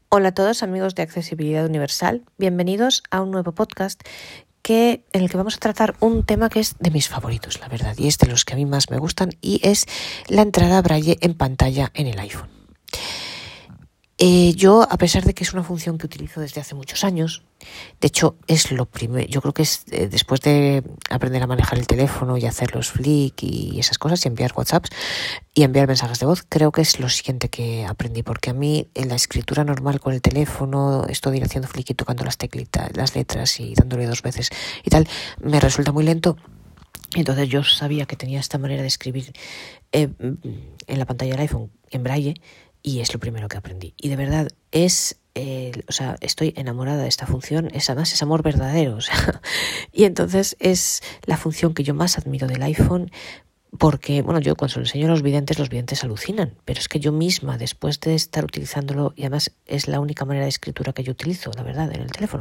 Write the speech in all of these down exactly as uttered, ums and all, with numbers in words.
Hola a todos amigos de Accesibilidad Universal, bienvenidos a un nuevo podcast que, en el que vamos a tratar un tema que es de mis favoritos, la verdad, y es de los que a mí más me gustan, y es la entrada Braille en pantalla en el iPhone. Eh, yo, a pesar de que es una función que utilizo desde hace muchos años, de hecho es lo primero, yo creo que es eh, después de aprender a manejar el teléfono y hacer los flick y esas cosas y enviar WhatsApps y enviar mensajes de voz, creo que es lo siguiente que aprendí, porque a mí en la escritura normal con el teléfono, esto de ir haciendo flick y tocando las teclitas, las letras y dándole dos veces y tal, me resulta muy lento. Entonces yo sabía que tenía esta manera de escribir eh, en la pantalla del iPhone en braille, y es lo primero que aprendí. Y de verdad, es, eh, o sea, estoy enamorada de esta función, es además es amor verdadero. O sea, y entonces es la función que yo más admiro del iPhone, porque, bueno, yo cuando se lo enseño a los videntes, los videntes alucinan, pero es que yo misma, después de estar utilizándolo, y además es la única manera de escritura que yo utilizo, la verdad, en el teléfono,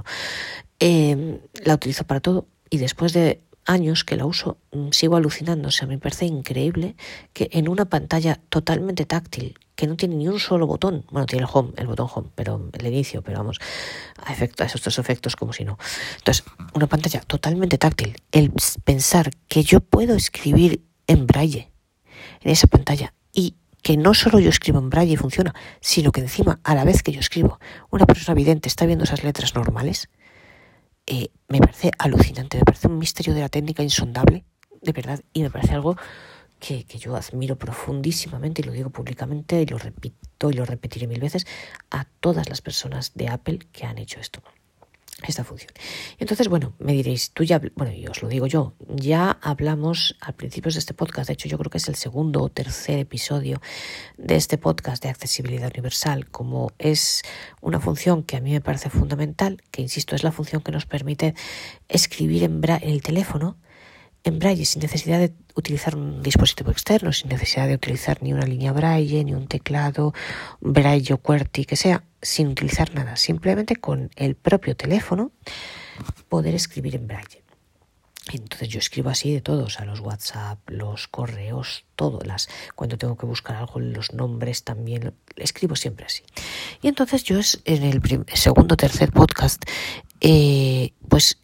eh, la utilizo para todo, y después de años que la uso, sigo alucinando. O sea, me parece increíble que en una pantalla totalmente táctil, que no tiene ni un solo botón, bueno, tiene el home, el botón home, pero el inicio, pero vamos, a, efecto, a esos dos efectos como si no. Entonces, una pantalla totalmente táctil, el pensar que yo puedo escribir en braille en esa pantalla, y que no solo yo escribo en braille y funciona, sino que encima, a la vez que yo escribo, una persona vidente está viendo esas letras normales. Eh, me parece alucinante, me parece un misterio de la técnica insondable, de verdad, y me parece algo que, que yo admiro profundísimamente, y lo digo públicamente y lo repito y lo repetiré mil veces a todas las personas de Apple que han hecho esto, esta función. Entonces, bueno, me diréis, tú ya, bueno, y os lo digo yo, ya hablamos al principio de este podcast, de hecho yo creo que es el segundo o tercer episodio de este podcast de Accesibilidad Universal, como es una función que a mí me parece fundamental, que insisto, es la función que nos permite escribir en, bra- en el teléfono en braille sin necesidad de utilizar un dispositivo externo, sin necesidad de utilizar ni una línea braille, ni un teclado braille o QWERTY, que sea, sin utilizar nada, simplemente con el propio teléfono poder escribir en braille. Entonces yo escribo así de todos, a los WhatsApp, los correos, todo, las, cuando tengo que buscar algo, los nombres también, escribo siempre así. Y entonces yo es, en el prim, segundo o tercer podcast, eh, pues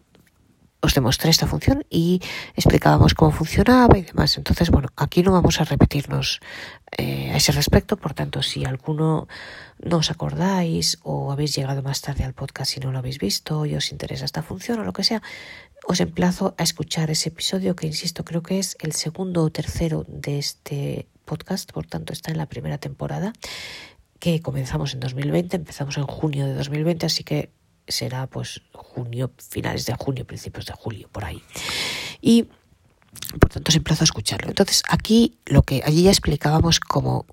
os demostré esta función y explicábamos cómo funcionaba y demás. Entonces, bueno, aquí no vamos a repetirnos eh, a ese respecto. Por tanto, si alguno no os acordáis o habéis llegado más tarde al podcast y no lo habéis visto y os interesa esta función o lo que sea, os emplazo a escuchar ese episodio que, insisto, creo que es el segundo o tercero de este podcast. Por tanto, está en la primera temporada, que comenzamos en dos mil veinte, empezamos en junio de dos mil veinte, así que será pues junio, finales de junio, principios de julio, por ahí. Y por tanto os emplazo a escucharlo. Entonces aquí lo que allí ya explicábamos cómo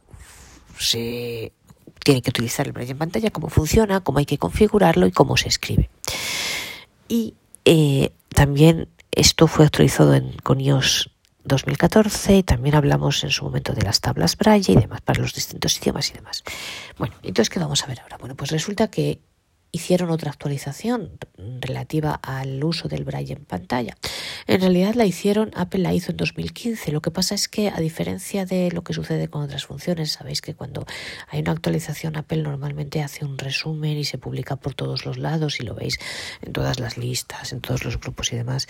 se tiene que utilizar el braille en pantalla, cómo funciona, cómo hay que configurarlo y cómo se escribe. Y eh, también esto fue actualizado en, con iOS dos mil catorce, y también hablamos en su momento de las tablas braille y demás para los distintos idiomas y demás. Bueno, entonces, ¿qué vamos a ver ahora? Bueno, pues resulta que hicieron otra actualización relativa al uso del braille en pantalla. En realidad la hicieron, Apple la hizo en dos mil quince. Lo que pasa es que, a diferencia de lo que sucede con otras funciones, sabéis que cuando hay una actualización, Apple normalmente hace un resumen y se publica por todos los lados, y lo veis en todas las listas, en todos los grupos y demás,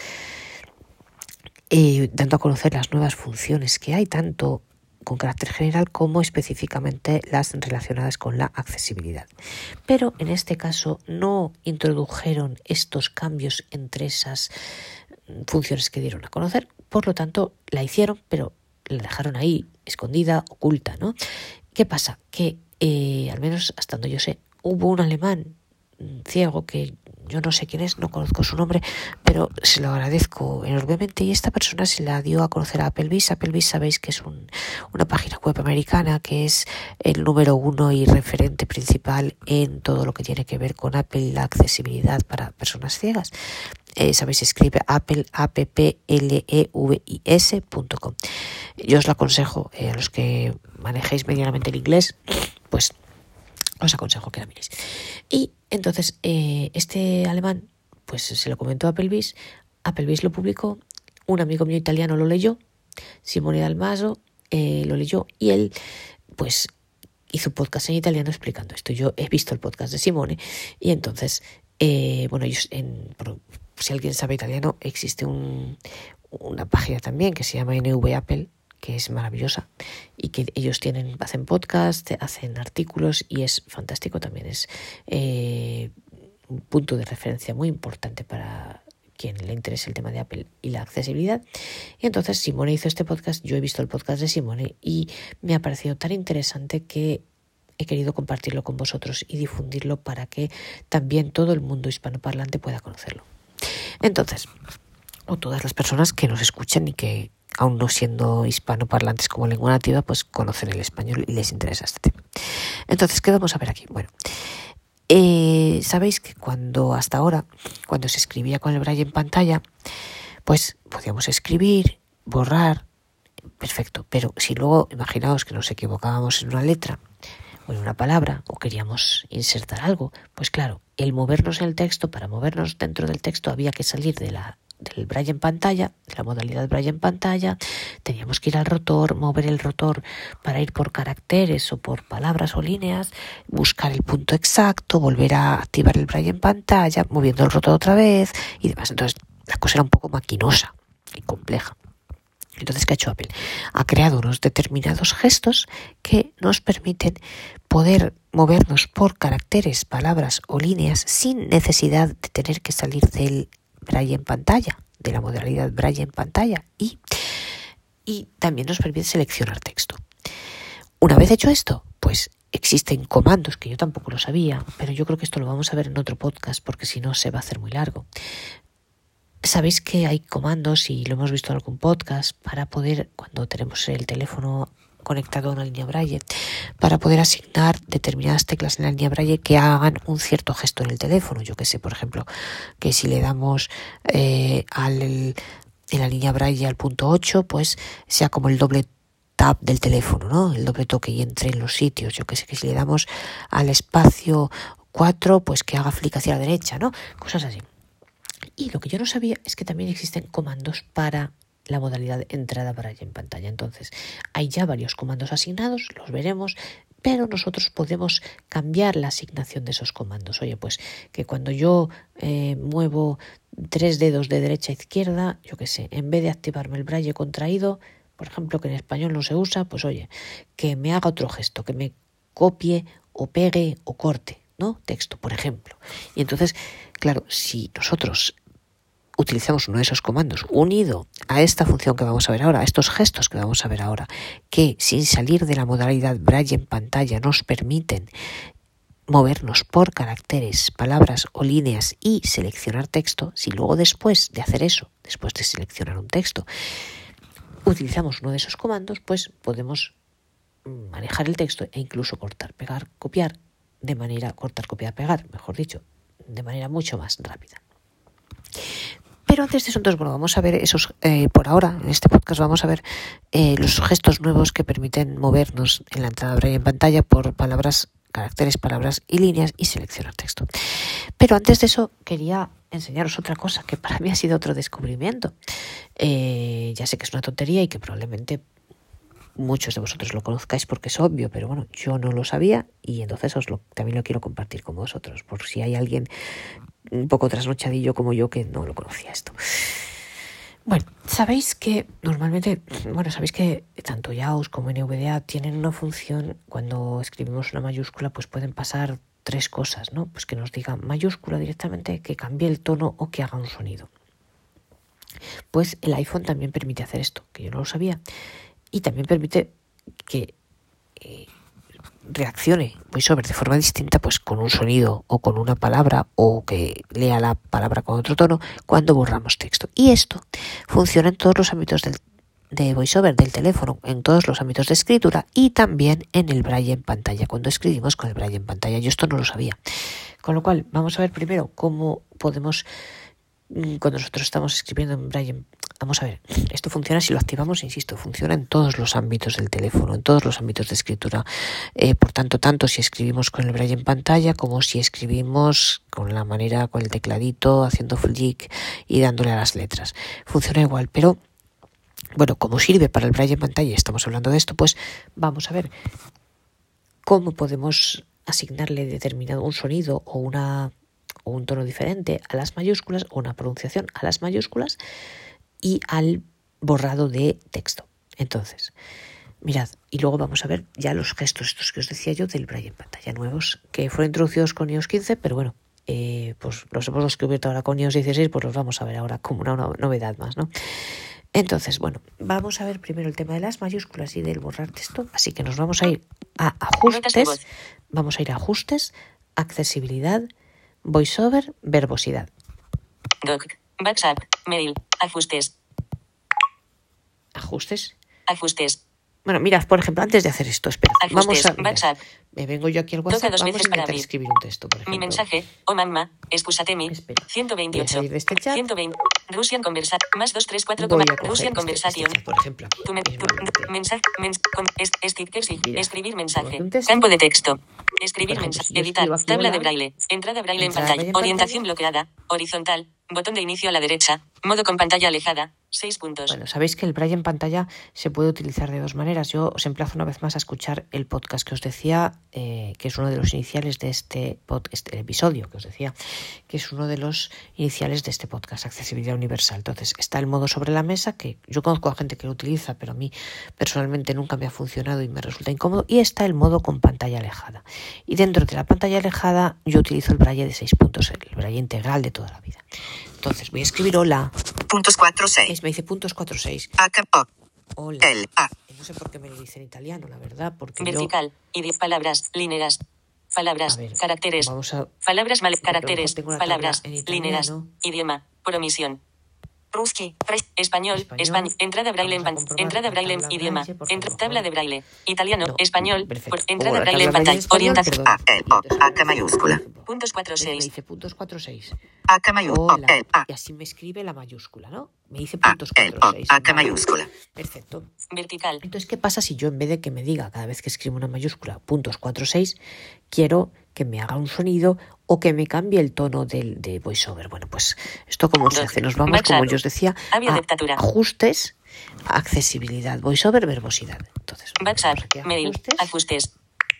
eh, dando a conocer las nuevas funciones que hay, tanto con carácter general como específicamente las relacionadas con la accesibilidad. Pero en este caso no introdujeron estos cambios entre esas funciones que dieron a conocer, por lo tanto la hicieron, pero la dejaron ahí escondida, oculta, ¿no? ¿Qué pasa? Que eh, al menos hasta donde yo sé, hubo un alemán ciego que yo no sé quién es, no conozco su nombre, pero se lo agradezco enormemente, y esta persona se la dio a conocer a Applebee's. Applebee's, sabéis que es un, una página web americana que es el número uno y referente principal en todo lo que tiene que ver con Apple y la accesibilidad para personas ciegas. Eh, sabéis, se escribe Apple, A P P L E V I S punto com. Yo os lo aconsejo, eh, a los que manejéis medianamente el inglés, pues os aconsejo que la miréis. Y entonces eh, este alemán pues se lo comentó a Applebee's, Applebee's lo publicó, un amigo mío italiano lo leyó, Simone Dalmaso eh, lo leyó, y él pues hizo un podcast en italiano explicando esto. Yo he visto el podcast de Simone y entonces, eh, bueno, ellos, en, por, si alguien sabe italiano, existe un, una página también que se llama N V Apple, que es maravillosa y que ellos tienen, hacen podcast, hacen artículos y es fantástico también. Es eh, un punto de referencia muy importante para quien le interese el tema de Apple y la accesibilidad. Y entonces Simone hizo este podcast, yo he visto el podcast de Simone y me ha parecido tan interesante que he querido compartirlo con vosotros y difundirlo para que también todo el mundo hispanoparlante pueda conocerlo. Entonces, o todas las personas que nos escuchan y que, aún no siendo hispanoparlantes como lengua nativa, pues conocen el español y les interesa este tema. Entonces, ¿qué vamos a ver aquí? Bueno, eh, sabéis que cuando hasta ahora, cuando se escribía con el braille en pantalla, pues podíamos escribir, borrar, perfecto, pero si luego, imaginaos que nos equivocábamos en una letra o en una palabra o queríamos insertar algo, pues claro, el movernos en el texto, para movernos dentro del texto había que salir de la del braille en pantalla, de la modalidad braille en pantalla, teníamos que ir al rotor, mover el rotor para ir por caracteres o por palabras o líneas, buscar el punto exacto, volver a activar el braille en pantalla, moviendo el rotor otra vez y demás. Entonces la cosa era un poco maquinosa y compleja. Entonces, ¿qué ha hecho Apple? Ha creado unos determinados gestos que nos permiten poder movernos por caracteres, palabras o líneas sin necesidad de tener que salir del braille en pantalla, de la modalidad braille en pantalla y, y también nos permite seleccionar texto. Una vez hecho esto, pues existen comandos que yo tampoco lo sabía, pero yo creo que esto lo vamos a ver en otro podcast porque si no se va a hacer muy largo. Sabéis que hay comandos, y lo hemos visto en algún podcast, para poder, cuando tenemos el teléfono conectado a una línea braille, para poder asignar determinadas teclas en la línea braille que hagan un cierto gesto en el teléfono. Yo que sé, por ejemplo, que si le damos eh, al, en la línea braille al punto ocho, pues sea como el doble tap del teléfono, ¿no? El doble toque y entre en los sitios. Yo que sé, que si le damos al espacio cuatro, pues que haga flick hacia la derecha, ¿no? Cosas así. Y lo que yo no sabía es que también existen comandos para la modalidad de entrada braille en pantalla. Entonces, hay ya varios comandos asignados, los veremos, pero nosotros podemos cambiar la asignación de esos comandos. Oye, pues que cuando yo eh, muevo tres dedos de derecha a izquierda, yo qué sé, en vez de activarme el braille contraído, por ejemplo, que en español no se usa, pues oye, que me haga otro gesto, que me copie o pegue o corte, ¿no? Texto, por ejemplo. Y entonces, claro, si nosotros utilizamos uno de esos comandos unido a esta función que vamos a ver ahora, a estos gestos que vamos a ver ahora, que sin salir de la modalidad braille en pantalla nos permiten movernos por caracteres, palabras o líneas y seleccionar texto, si luego después de hacer eso, después de seleccionar un texto, utilizamos uno de esos comandos, pues podemos manejar el texto e incluso cortar, pegar, copiar de manera, cortar, copiar, pegar, mejor dicho, de manera mucho más rápida. Pero antes de eso, entonces, bueno, vamos a ver esos, eh, por ahora, en este podcast vamos a ver eh, los gestos nuevos que permiten movernos en la entrada braille en pantalla por palabras, caracteres, palabras y líneas y seleccionar texto. Pero antes de eso, quería enseñaros otra cosa que para mí ha sido otro descubrimiento. Eh, ya sé que es una tontería y que probablemente muchos de vosotros lo conozcáis porque es obvio, pero bueno, yo no lo sabía y entonces os lo, también lo quiero compartir con vosotros, por si hay alguien un poco trasnochadillo como yo que no lo conocía esto. Bueno, sabéis que normalmente, bueno, sabéis que tanto YAWS como N V D A tienen una función, cuando escribimos una mayúscula, pues pueden pasar tres cosas, ¿no? Pues que nos diga mayúscula directamente, que cambie el tono o que haga un sonido. Pues el iPhone también permite hacer esto, que yo no lo sabía, y también permite que eh, reaccione VoiceOver de forma distinta, pues con un sonido o con una palabra, o que lea la palabra con otro tono cuando borramos texto. Y esto funciona en todos los ámbitos del, de VoiceOver del teléfono, en todos los ámbitos de escritura y también en el braille en pantalla, cuando escribimos con el braille en pantalla. Yo esto no lo sabía. Con lo cual, vamos a ver primero cómo podemos, cuando nosotros estamos escribiendo en braille, vamos a ver, esto funciona si lo activamos, insisto, funciona en todos los ámbitos del teléfono, en todos los ámbitos de escritura. Eh, por tanto, tanto si escribimos con el braille en pantalla como si escribimos con la manera, con el tecladito, haciendo flick y dándole a las letras. Funciona igual, pero bueno, como sirve para el braille en pantalla y estamos hablando de esto, pues vamos a ver cómo podemos asignarle determinado un sonido o una o un tono diferente a las mayúsculas o una pronunciación a las mayúsculas y al borrado de texto. Entonces, mirad, y luego vamos a ver ya los gestos estos que os decía yo del braille en pantalla nuevos, que fueron introducidos con i o S quince, pero bueno, eh, pues los hemos descubierto ahora con i o S dieciséis, pues los vamos a ver ahora como una, una novedad más, ¿no? Entonces, bueno, vamos a ver primero el tema de las mayúsculas y del borrar texto, así que nos vamos a ir a ajustes, vamos a ir a ajustes, accesibilidad, voiceover, verbosidad. Doc, WhatsApp, mail, ajustes. Ajustes. Ajustes. Bueno, mirad, por ejemplo, antes de hacer esto, espera, Ajustes, vamos a... WhatsApp. Me vengo yo aquí al WhatsApp, dos vamos a veces para intentar abrir. escribir un texto, por ejemplo. Mi mensaje, oh mamá, excusatemi, Espera. ciento veintiocho, Voy a salir de este chat. ciento veinte, Russian Conversation, más dos tres cuatro, Voy a coger Russian este, Conversation. este chat, por ejemplo, aquí, Tu, me, tu mismamente. mensaje, mens, con, est, stickers y Mira, escribir tengo mensaje, aquí un texto. campo de texto, escribir Por ejemplo, mensaje, si yo editar, escribo aquí, tabla hola, de braille, entrada braille en entrada pantalla, braille en orientación pantalla. bloqueada, horizontal, botón de inicio a la derecha, modo con pantalla alejada, seis puntos. Bueno, sabéis que el braille en pantalla se puede utilizar de dos maneras. Yo os emplazo una vez más a escuchar el podcast que os decía, eh, que es uno de los iniciales de este, pod, este episodio, que os decía, que es uno de los iniciales de este podcast, Accesibilidad Universal. Entonces, está el modo sobre la mesa, que yo conozco a gente que lo utiliza, pero a mí personalmente nunca me ha funcionado y me resulta incómodo, y está el modo con pantalla alejada. Y dentro de la pantalla alejada yo utilizo el braille de seis puntos, el braille integral de toda la vida. Entonces, voy a escribir hola. Puntos cuatro seis. Me dice puntos cuatro seis. A O Hola. L A. No sé por qué me lo dice en italiano, la verdad, porque Vertical, y diez palabras, líneas, palabras, A ver, caracteres, vamos a- palabras mal, porque a lo mejor caracteres, tengo la palabras, tabla en líneas, italiano. idioma, por omisión. Ruski, fres- español, Español. español, entrada braille en Vamos a pan- comprobar entrada la braille en tabla idioma, braille, porque a lo entra- mejor- tabla de braille, italiano, No, español, perfecto. por- O entrada la braille en tabla braille pantalla, español, orientación, perdón. A L O H mayúscula. puntos cuatro Me seis, dice puntos cuatro seis. A mayúscula. Hola. L A. Y así me escribe la mayúscula, ¿no? Me dice A puntos L cuatro O seis. H mayúscula. Perfecto. vertical, Entonces, ¿qué pasa si yo en vez de que me diga cada vez que escribo una mayúscula puntos cuatro seis, quiero que me haga un sonido o que me cambie el tono del de voiceover? Bueno, pues esto cómo se Doc, hace. Nos vamos, como WhatsApp, yo os decía, audio a dictadura. ajustes, accesibilidad, voiceover, verbosidad. Entonces, vamos WhatsApp, aquí a mail, ajustes. ajustes,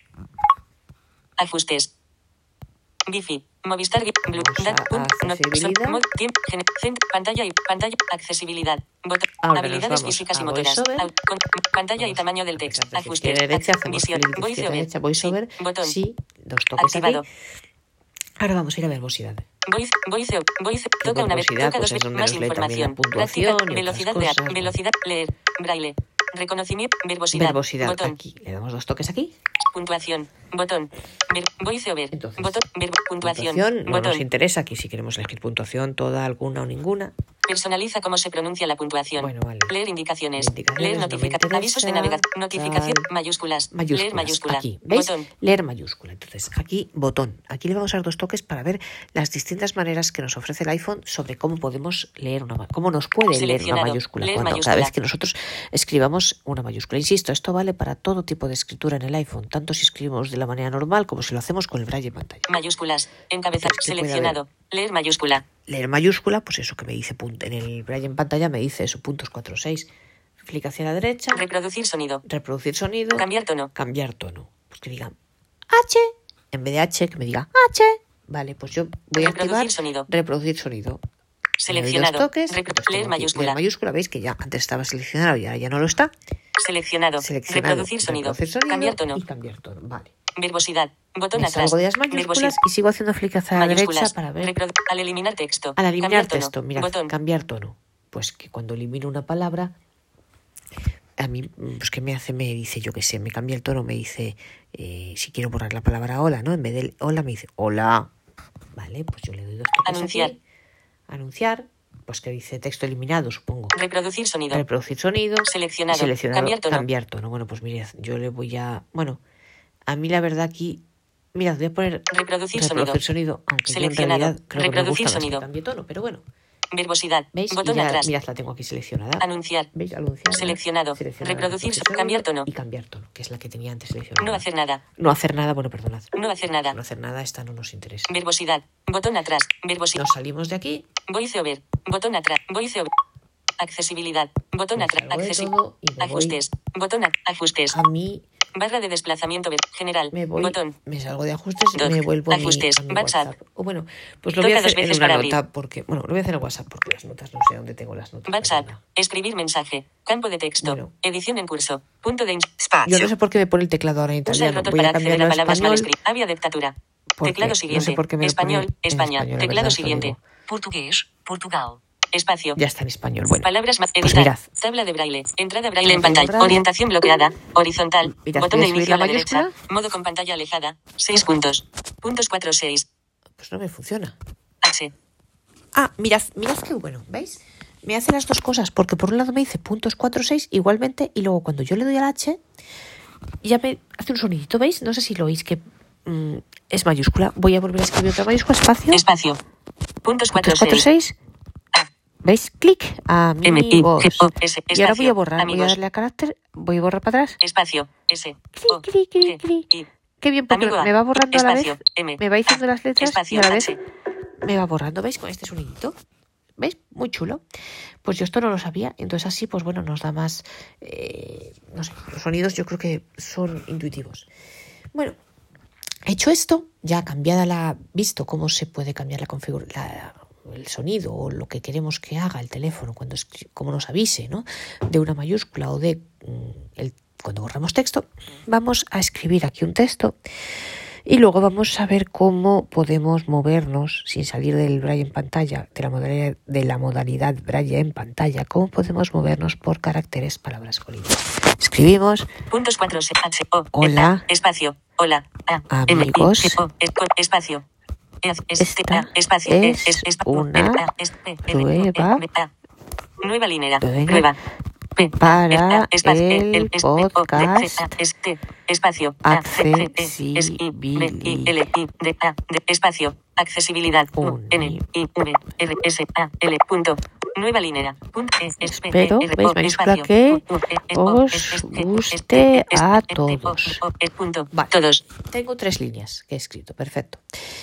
ajustes, Wi-Fi, Movistar, Blue, Vamos dat, a punt, no, accesibilidad. son, mod, tiemp, gen, cent, pantalla y pantalla, accesibilidad, botón, Ahora nos habilidades vamos físicas a y motoras, voiceover. au- con, pantalla y Vamos tamaño del a texto, empezar desde ajustes, izquierda a derecha, ac- hacemos visión, clic de izquierda a voiceover, derecha, voiceover, sí, botón, sí, dos toques activado. aquí. Ahora vamos a ir a verbosidad. Voice, voice, voice, Y toca una vez, verbosidad, toca pues dos es donde veces más nos lee también la información, puntuación práctica, y velocidad otras de cosas, app, velocidad, leer, braille, reconocimiento, verbosidad, Verbosidad, botón, aquí. Le damos dos toques aquí. puntuación, botón, ver, voiceover, Entonces, botón, ver, puntuación, Puntuación, no botón. nos interesa aquí si queremos elegir puntuación toda, alguna o ninguna. Personaliza cómo se pronuncia la puntuación. Bueno, vale. Leer indicaciones. Indicaciones, Leer no me notificaciones. interesa, Avisos de navegación. Notificación. tal. Mayúsculas. Mayúsculas. Leer mayúscula. Aquí, ¿veis? Botón. Leer mayúscula. Entonces, aquí, botón. Aquí le vamos a dar dos toques para ver las distintas maneras que nos ofrece el iPhone sobre cómo podemos leer una cómo nos puede leer una Seleccionado. mayúscula Leer cuando mayúscula. cada vez que nosotros escribamos una mayúscula. Insisto, esto vale para todo tipo de escritura en el iPhone, tanto si escribimos de la manera normal como si lo hacemos con el braille en pantalla. Mayúsculas. Encabezar. Pues que puede Seleccionado. Leer mayúscula. Leer mayúscula, pues eso que me dice punto, en el braille en pantalla me dice eso, puntos cuatro seis. Clic hacia la derecha, Reproducir sonido. reproducir sonido, Cambiar tono. cambiar tono. Pues que diga H, en vez de H, que me diga H. Vale, pues yo voy a Reproducir activar sonido. reproducir sonido. Le doy dos Seleccionado. toques, Repro- entonces leer tengo aquí mayúscula. leer mayúscula, veis que ya antes estaba seleccionado y ahora ya no lo está. Seleccionado. Seleccionado, Reproducir sonido. reproducir sonido Cambiar tono. y cambiar tono. Vale. Verbosidad. Botón Me atrás. salgo de las mayúsculas Verbosidad. y sigo haciendo clic hacia la derecha Mayúsculas. para ver. Reprodu- al eliminar texto. Al eliminar Cambiar tono. texto, mira, Botón. cambiar tono. Pues que cuando elimino una palabra, a mí, pues que me hace, me dice, yo qué sé, me cambia el tono, me dice, eh, si quiero borrar la palabra hola, ¿no? En vez de hola me dice hola. Vale, pues yo le doy dos toques Anunciar. aquí. Anunciar. Pues que dice texto eliminado, supongo. Reproducir sonido. Reproducir sonido. Seleccionado. Y seleccionado. Cambiar tono. Cambiar tono. Bueno, pues mirad, yo le voy a... Bueno, a mí la verdad aquí... Mirad, voy a poner Reproducir reproducir sonido, aunque yo en Seleccionado. realidad creo que me Reproducir gusta más que sonido. cambie tono, pero bueno. Verbosidad. ¿Veis? Botón y ya, atrás. mirad, la tengo aquí seleccionada. Anunciar. ¿Veis? Anunciar. Seleccionado. Reproducir, cambiar tono. Y cambiar tono, que es la que tenía antes seleccionada. No hacer nada. No hacer nada, bueno, perdonad. No hacer nada. No hacer nada, esta no nos interesa. Verbosidad. Botón atrás. Verbosidad. Nos salimos de aquí. VoiceOver. Botón atrás. VoiceOver. Accesibilidad. Botón Me atrás. salgo de Accesi- todo y me voy Ajustes. Botón a- ajustes. a mi Barra de desplazamiento. ver- General. Me voy, Botón. me salgo de ajustes y Doc. me vuelvo a mi, Ajustes. a mi WhatsApp. WhatsApp. O bueno, pues lo voy a Toca dos hacer en veces una para abrir. nota porque, bueno, lo voy a hacer en WhatsApp porque las notas no sé dónde tengo las notas. WhatsApp. perdona. Escribir mensaje. Campo de texto. Bueno. Edición en curso. Punto de... ins- Yo no Espacio. sé por qué me pone el teclado ahora en Usa el italiano. rotor Voy para a acceder cambiarlo a a palabras mal español. escritas. Avia dictadura. porque Teclado no siguiente. sé por qué me lo Español. pone en España. español, la Teclado verdad, os lo siguiente. digo. Portugués. Portugal. Espacio. Ya está en español. Bueno, Palabras más. pues Editar. mirad. Tabla de braille. Entrada braille en Tabla de pantalla. braille. Orientación bloqueada. Horizontal. Mirad, Botón voy de a subir inicio la a la derecha. mayúscula. Modo con pantalla alejada. seis puntos. Puntos cuatro seis. pues no me funciona. H. Ah, mirad, mirad qué bueno, ¿veis? Me hace las dos cosas, porque por un lado me dice puntos cuatro seis igualmente, y luego cuando yo le doy al H, ya me hace un sonidito, ¿veis? No sé si lo oís, que mm, es mayúscula. Voy a volver a escribir otra mayúscula, espacio, Espacio. Puntos cuatro puntos cuatro seis. seis. ¿Veis? Clic, M, I, amigos. G, O, S. Y ahora voy a Espacio. borrar, voy a Amigos. darle a carácter, voy a borrar para atrás. Espacio. S. O. Clic, clic, G, clic, clic. I. Qué bien, porque Amigo A. me va borrando a la vez, Espacio. M. me va diciendo las letras Espacio. y a la vez H. me va borrando, ¿veis? Con este sonidito. ¿Veis? Muy chulo. Pues yo esto no lo sabía, entonces así, pues bueno, nos da más, eh, no sé, los sonidos yo creo que son intuitivos. Bueno, hecho esto, ya cambiada la, visto cómo se puede cambiar la configuración, el sonido o lo que queremos que haga el teléfono cuando escri- como nos avise, ¿no? De una mayúscula o de mm, el, cuando borramos texto, vamos a escribir aquí un texto. Y luego vamos a ver cómo podemos movernos sin salir del braille en pantalla, de la modalidad, de la modalidad braille en pantalla, cómo podemos movernos por caracteres, palabras con líneas. Escribimos Puntos cuatro seis. H. O. Hola. Espacio. Hola. A. M. I. Amigos. G, O. Es- con- Espacio. Es- es- Esta A, espacio. es Es- es- una A, es- P, M, prueba M, A. Nueva línea. Venga. Prueba. P, para A, espacio, el el- es- O, D, podcast C, A, es- T, espacio. A, C, G, E, es I, B, I, L, I, D, A, D, espacio. Accesibilidad. U, N, I, V, R, S, A, L, punto. Nueva línea. Punto. Es- es- P, Espero, R, veis, O, mayúscula espacio. que U, U, E, S, O, os es- es- G, guste es- es- a es- O, todos. O, es punto. Vale. Todos. Tengo tres líneas que he escrito, perfecto.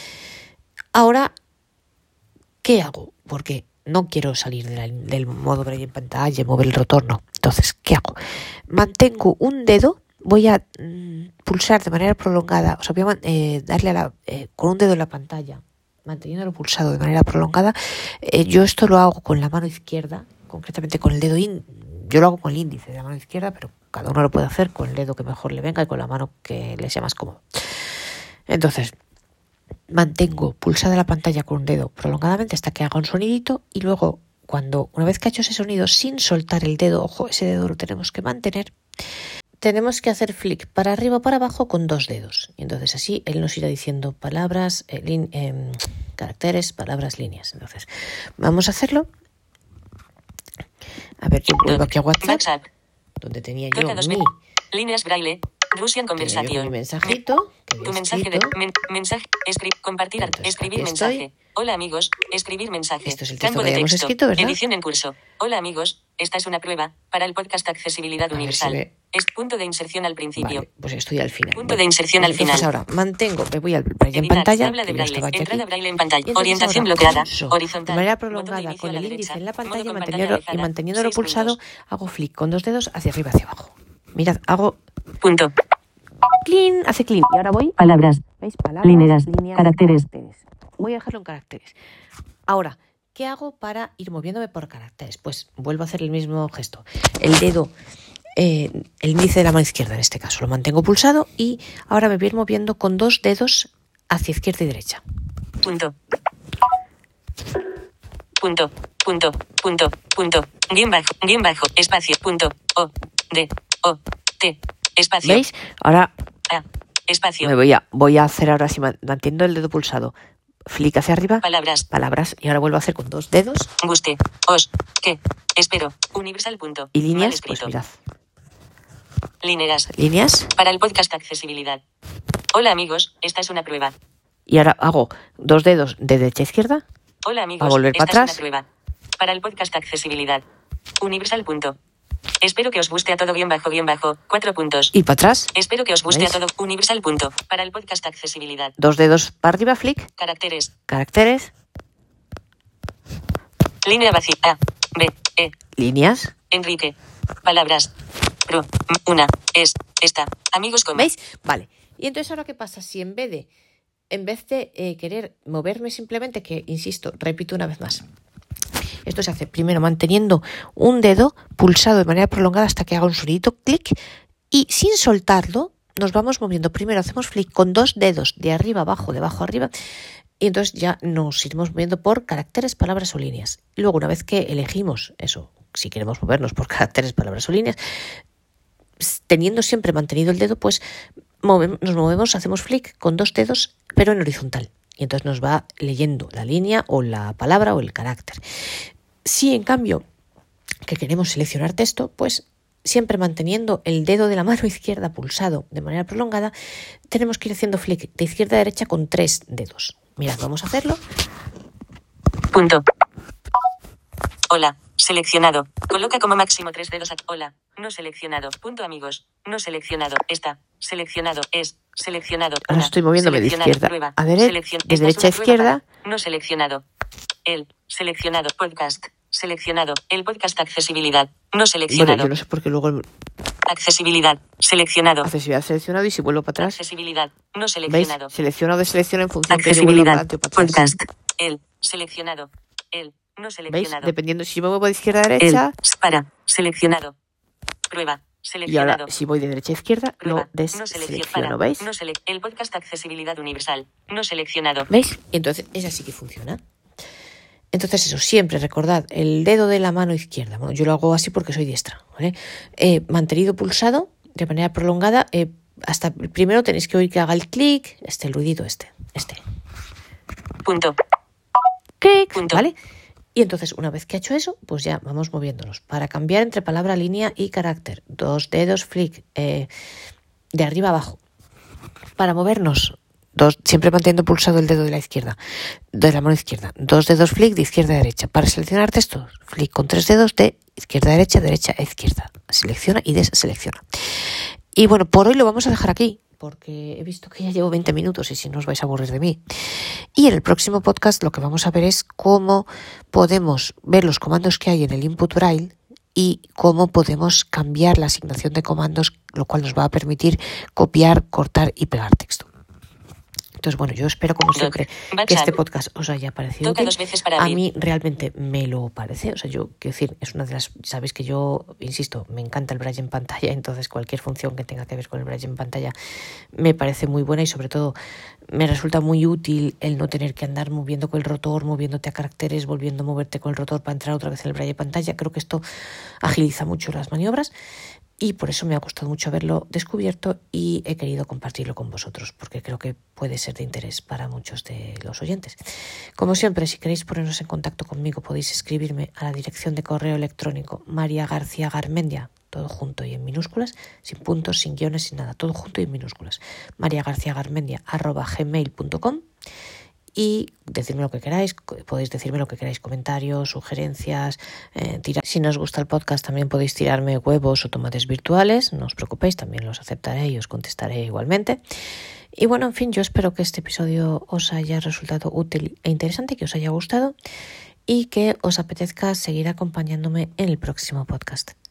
Ahora, ¿qué hago? Porque no quiero salir de la- del modo braille en pantalla, mover el rotor, no. Entonces, ¿qué hago? Mantengo un dedo, voy a mm, pulsar de manera prolongada, o sea, voy a man- eh, darle a la, eh, con un dedo en la pantalla, manteniéndolo pulsado de manera prolongada. Eh, yo esto lo hago con la mano izquierda, concretamente con el dedo índice. Yo lo hago con el índice de la mano izquierda, pero cada uno lo puede hacer con el dedo que mejor le venga y con la mano que le sea más cómodo. Entonces, mantengo pulsada la pantalla con un dedo prolongadamente hasta que haga un sonidito y luego, cuando una vez que ha hecho ese sonido, sin soltar el dedo, ojo, ese dedo lo tenemos que mantener, tenemos que hacer flick para arriba o para abajo con dos dedos. Y entonces así él nos irá diciendo palabras, eh, lin- eh, caracteres, palabras, líneas. Entonces, vamos a hacerlo. A ver, yo vuelvo aquí a WhatsApp, WhatsApp. donde tenía yo Toca dos mi, veces. Líneas braille. Russian tenía yo mi conversation. mensajito. que había Tu mensaje de escrito. men- mensaje escri- compartir ar- Entonces, escribir aquí mensaje. estoy. Hola amigos, escribir mensaje. Esto es el texto Campo que de habíamos texto. escrito, ¿verdad? Edición en curso. Hola amigos, esta es una prueba para el podcast Accesibilidad A ver Universal. si ve. Es punto de inserción al principio. Vale, pues estoy al final. Punto de inserción al Entonces final. ahora mantengo, me voy al braille en Editar, pantalla, tabla de que ya braille, estaba aquí. entrada aquí. braille en pantalla, Y entonces orientación ahora bloqueada, pulso horizontal, de manera botón de prolongada inicio con a la el derecha, índice en la modo pantalla con manteniéndolo, pantalla y alejada, manteniéndolo seis pulsado, puntos. hago flick con dos dedos hacia arriba, hacia abajo. Mirad, hago Punto. clean, hace clean. Y ahora voy, Palabras. ¿veis? Palabras, Líneas, líneas, caracteres. Voy a dejarlo en caracteres. Ahora, ¿qué hago para ir moviéndome por caracteres? Pues vuelvo a hacer el mismo gesto. El dedo, eh, el índice de la mano izquierda en este caso, lo mantengo pulsado y ahora me voy a ir moviendo con dos dedos hacia izquierda y derecha. Punto. Punto. Punto. Punto. Punto. Guión bajo. Guión bajo. Espacio. Punto. O. D. O. T. Espacio. ¿Veis? Ahora A. Espacio. me voy a, voy a hacer ahora sí, manteniendo el dedo pulsado, flick hacia arriba, Palabras. palabras, y ahora vuelvo a hacer con dos dedos Guste. Os. Que. Espero. Universal. Punto. y Mal líneas, pues escrito. mirad, Líneas. líneas, Para el podcast Accesibilidad. Hola amigos, esta es una prueba. y ahora hago dos dedos de derecha a izquierda, Hola amigos, A volver esta para es atrás. una prueba. Para el podcast Accesibilidad. Universal. Punto. Espero que os guste a todo guión bajo guión bajo. Cuatro puntos. y para atrás, Espero que os guste ¿Veis? a todo. Universal. Punto. Para el podcast Accesibilidad. dos dedos para arriba, flick, Caracteres. caracteres, Línea vacía. A. B. E. líneas, Enrique. Palabras. Pro. Una. Es. Esta. Amigos con. ¿Veis? Vale. Y entonces ahora, ¿qué pasa? Si en vez de, en vez de eh, querer moverme simplemente, que insisto, repito una vez más, esto se hace primero manteniendo un dedo pulsado de manera prolongada hasta que haga un sonidito, clic, y sin soltarlo nos vamos moviendo. Primero hacemos flick con dos dedos de arriba abajo, de abajo arriba, y entonces ya nos iremos moviendo por caracteres, palabras o líneas. Luego, una vez que elegimos eso, si queremos movernos por caracteres, palabras o líneas, teniendo siempre mantenido el dedo, pues movemos, nos movemos, hacemos flick con dos dedos, pero en horizontal. Y entonces nos va leyendo la línea o la palabra o el carácter. Si en cambio que queremos seleccionar texto, pues siempre manteniendo el dedo de la mano izquierda pulsado de manera prolongada, tenemos que ir haciendo flick de izquierda a derecha con tres dedos. Mirad, vamos a hacerlo. Punto. Hola. Seleccionado. Coloca como máximo tres dedos a... Hola. No seleccionado. Punto amigos. No seleccionado. Esta. Seleccionado. Es. Seleccionado. Ahora estoy moviéndome de izquierda prueba. a derecha, Seleccion... de derecha a izquierda. Para... No seleccionado. El. Seleccionado. Podcast. Seleccionado. El podcast accesibilidad. No seleccionado. Bueno, yo no sé por qué luego... El... Accesibilidad. Seleccionado. Accesibilidad seleccionado y si vuelvo para atrás... Accesibilidad. No seleccionado. ¿Veis? Selecciono o deselecciono en función accesibilidad. Que yo vuelva para adelante o para atrás. Podcast. El. Seleccionado. El. No seleccionado. ¿Veis? Dependiendo si me muevo de izquierda a derecha... El. Para. Seleccionado. Prueba. Seleccionado. Y ahora, si voy de derecha a izquierda, Prueba. lo deselecciono, no ¿veis? No sele el podcast accesibilidad universal. No seleccionado. ¿Veis? Y entonces, esa sí que funciona. Entonces eso, siempre recordad, el dedo de la mano izquierda, bueno, yo lo hago así porque soy diestra, ¿vale? Eh, mantenido pulsado de manera prolongada, eh, hasta primero tenéis que oír que haga el clic, este, el ruidito este, este. Punto. Clic, Punto. ¿vale? Y entonces, una vez que ha hecho eso, pues ya vamos moviéndonos. Para cambiar entre palabra, línea y carácter, dos dedos, flick, eh, de arriba a abajo. Para movernos, dos, siempre manteniendo pulsado el dedo de la izquierda, de la mano izquierda. Dos dedos flick de izquierda a derecha. Para seleccionar textos, flick con tres dedos de izquierda a derecha, derecha a izquierda. Selecciona y deselecciona. Y bueno, por hoy lo vamos a dejar aquí, porque he visto que ya llevo veinte minutos y si no os vais a aburrir de mí. Y en el próximo podcast lo que vamos a ver es cómo podemos ver los comandos que hay en el input braille y cómo podemos cambiar la asignación de comandos, lo cual nos va a permitir copiar, cortar y pegar texto. Entonces, bueno, yo espero, como siempre, que este podcast os haya parecido útil. A mí realmente me lo parece. O sea, yo, quiero decir, es una de las... Sabéis que yo, insisto, me encanta el braille en pantalla, entonces cualquier función que tenga que ver con el braille en pantalla me parece muy buena y sobre todo me resulta muy útil el no tener que andar moviendo con el rotor, moviéndote a caracteres, volviendo a moverte con el rotor para entrar otra vez en el braille en pantalla. Creo que esto agiliza mucho las maniobras. Y por eso me ha costado mucho haberlo descubierto y he querido compartirlo con vosotros, porque creo que puede ser de interés para muchos de los oyentes. Como siempre, si queréis poneros en contacto conmigo, podéis escribirme a la dirección de correo electrónico María García Garmendia, todo junto y en minúsculas, sin puntos, sin guiones, sin nada, todo junto y en minúsculas. María García Garmendia arroba gmail punto com. Y decirme lo que queráis, podéis decirme lo que queráis, comentarios, sugerencias, eh, tirar. Si no os gusta el podcast también podéis tirarme huevos o tomates virtuales, no os preocupéis, también los aceptaré y os contestaré igualmente. Y bueno, en fin, yo espero que este episodio os haya resultado útil e interesante, que os haya gustado y que os apetezca seguir acompañándome en el próximo podcast.